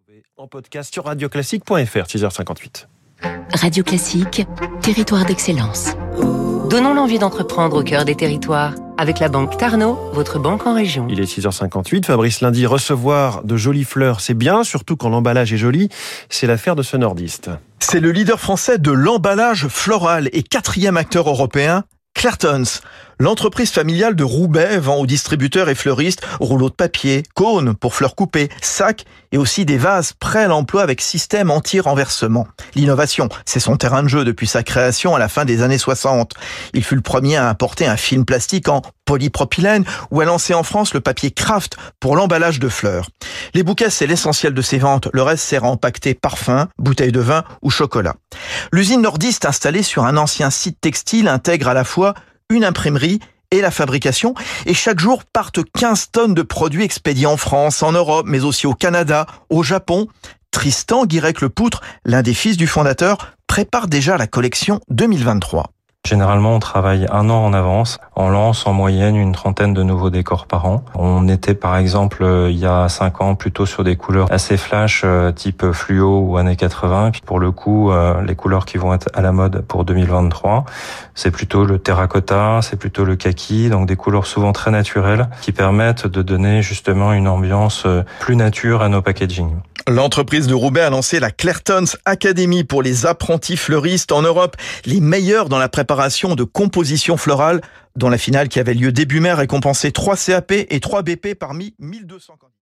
En podcast sur radioclassique.fr, 6h58. Radio Classique, territoire d'excellence. Donnons l'envie d'entreprendre au cœur des territoires. Avec la banque Tarno, votre banque en région. Il est 6h58. Fabrice Lundy, recevoir de jolies fleurs, c'est bien, surtout quand l'emballage est joli. C'est l'affaire de ce nordiste. C'est le leader français de l'emballage floral et 4e acteur européen, Clairtons. L'entreprise familiale de Roubaix vend aux distributeurs et fleuristes rouleaux de papier, cônes pour fleurs coupées, sacs et aussi des vases prêts à l'emploi avec système anti-renversement. L'innovation, c'est son terrain de jeu depuis sa création à la fin des années 60. Il fut le premier à importer un film plastique en polypropylène ou à lancer en France le papier Kraft pour l'emballage de fleurs. Les bouquets, c'est l'essentiel de ses ventes. Le reste sert à empaqueter parfums, bouteilles de vin ou chocolat. L'usine nordiste installée sur un ancien site textile intègre à la fois une imprimerie et la fabrication. Et chaque jour partent 15 tonnes de produits expédiés en France, en Europe, mais aussi au Canada, au Japon. Tristan Guirec-Lepoutre, l'un des fils du fondateur, prépare déjà la collection 2023. Généralement, on travaille un an en avance. On lance en moyenne une trentaine de nouveaux décors par an. On était par exemple il y a 5 ans plutôt sur des couleurs assez flash type fluo ou années 80. Puis pour le coup, les couleurs qui vont être à la mode pour 2023, c'est plutôt le terracotta, c'est plutôt le kaki, donc des couleurs souvent très naturelles qui permettent de donner justement une ambiance plus nature à nos packaging. L'entreprise de Roubaix a lancé la Clairtons Academy pour les apprentis fleuristes en Europe, les meilleurs dans la préparation de compositions florales, dont la finale qui avait lieu début mai récompensait 3 CAP et 3 BP parmi 1200 candidats.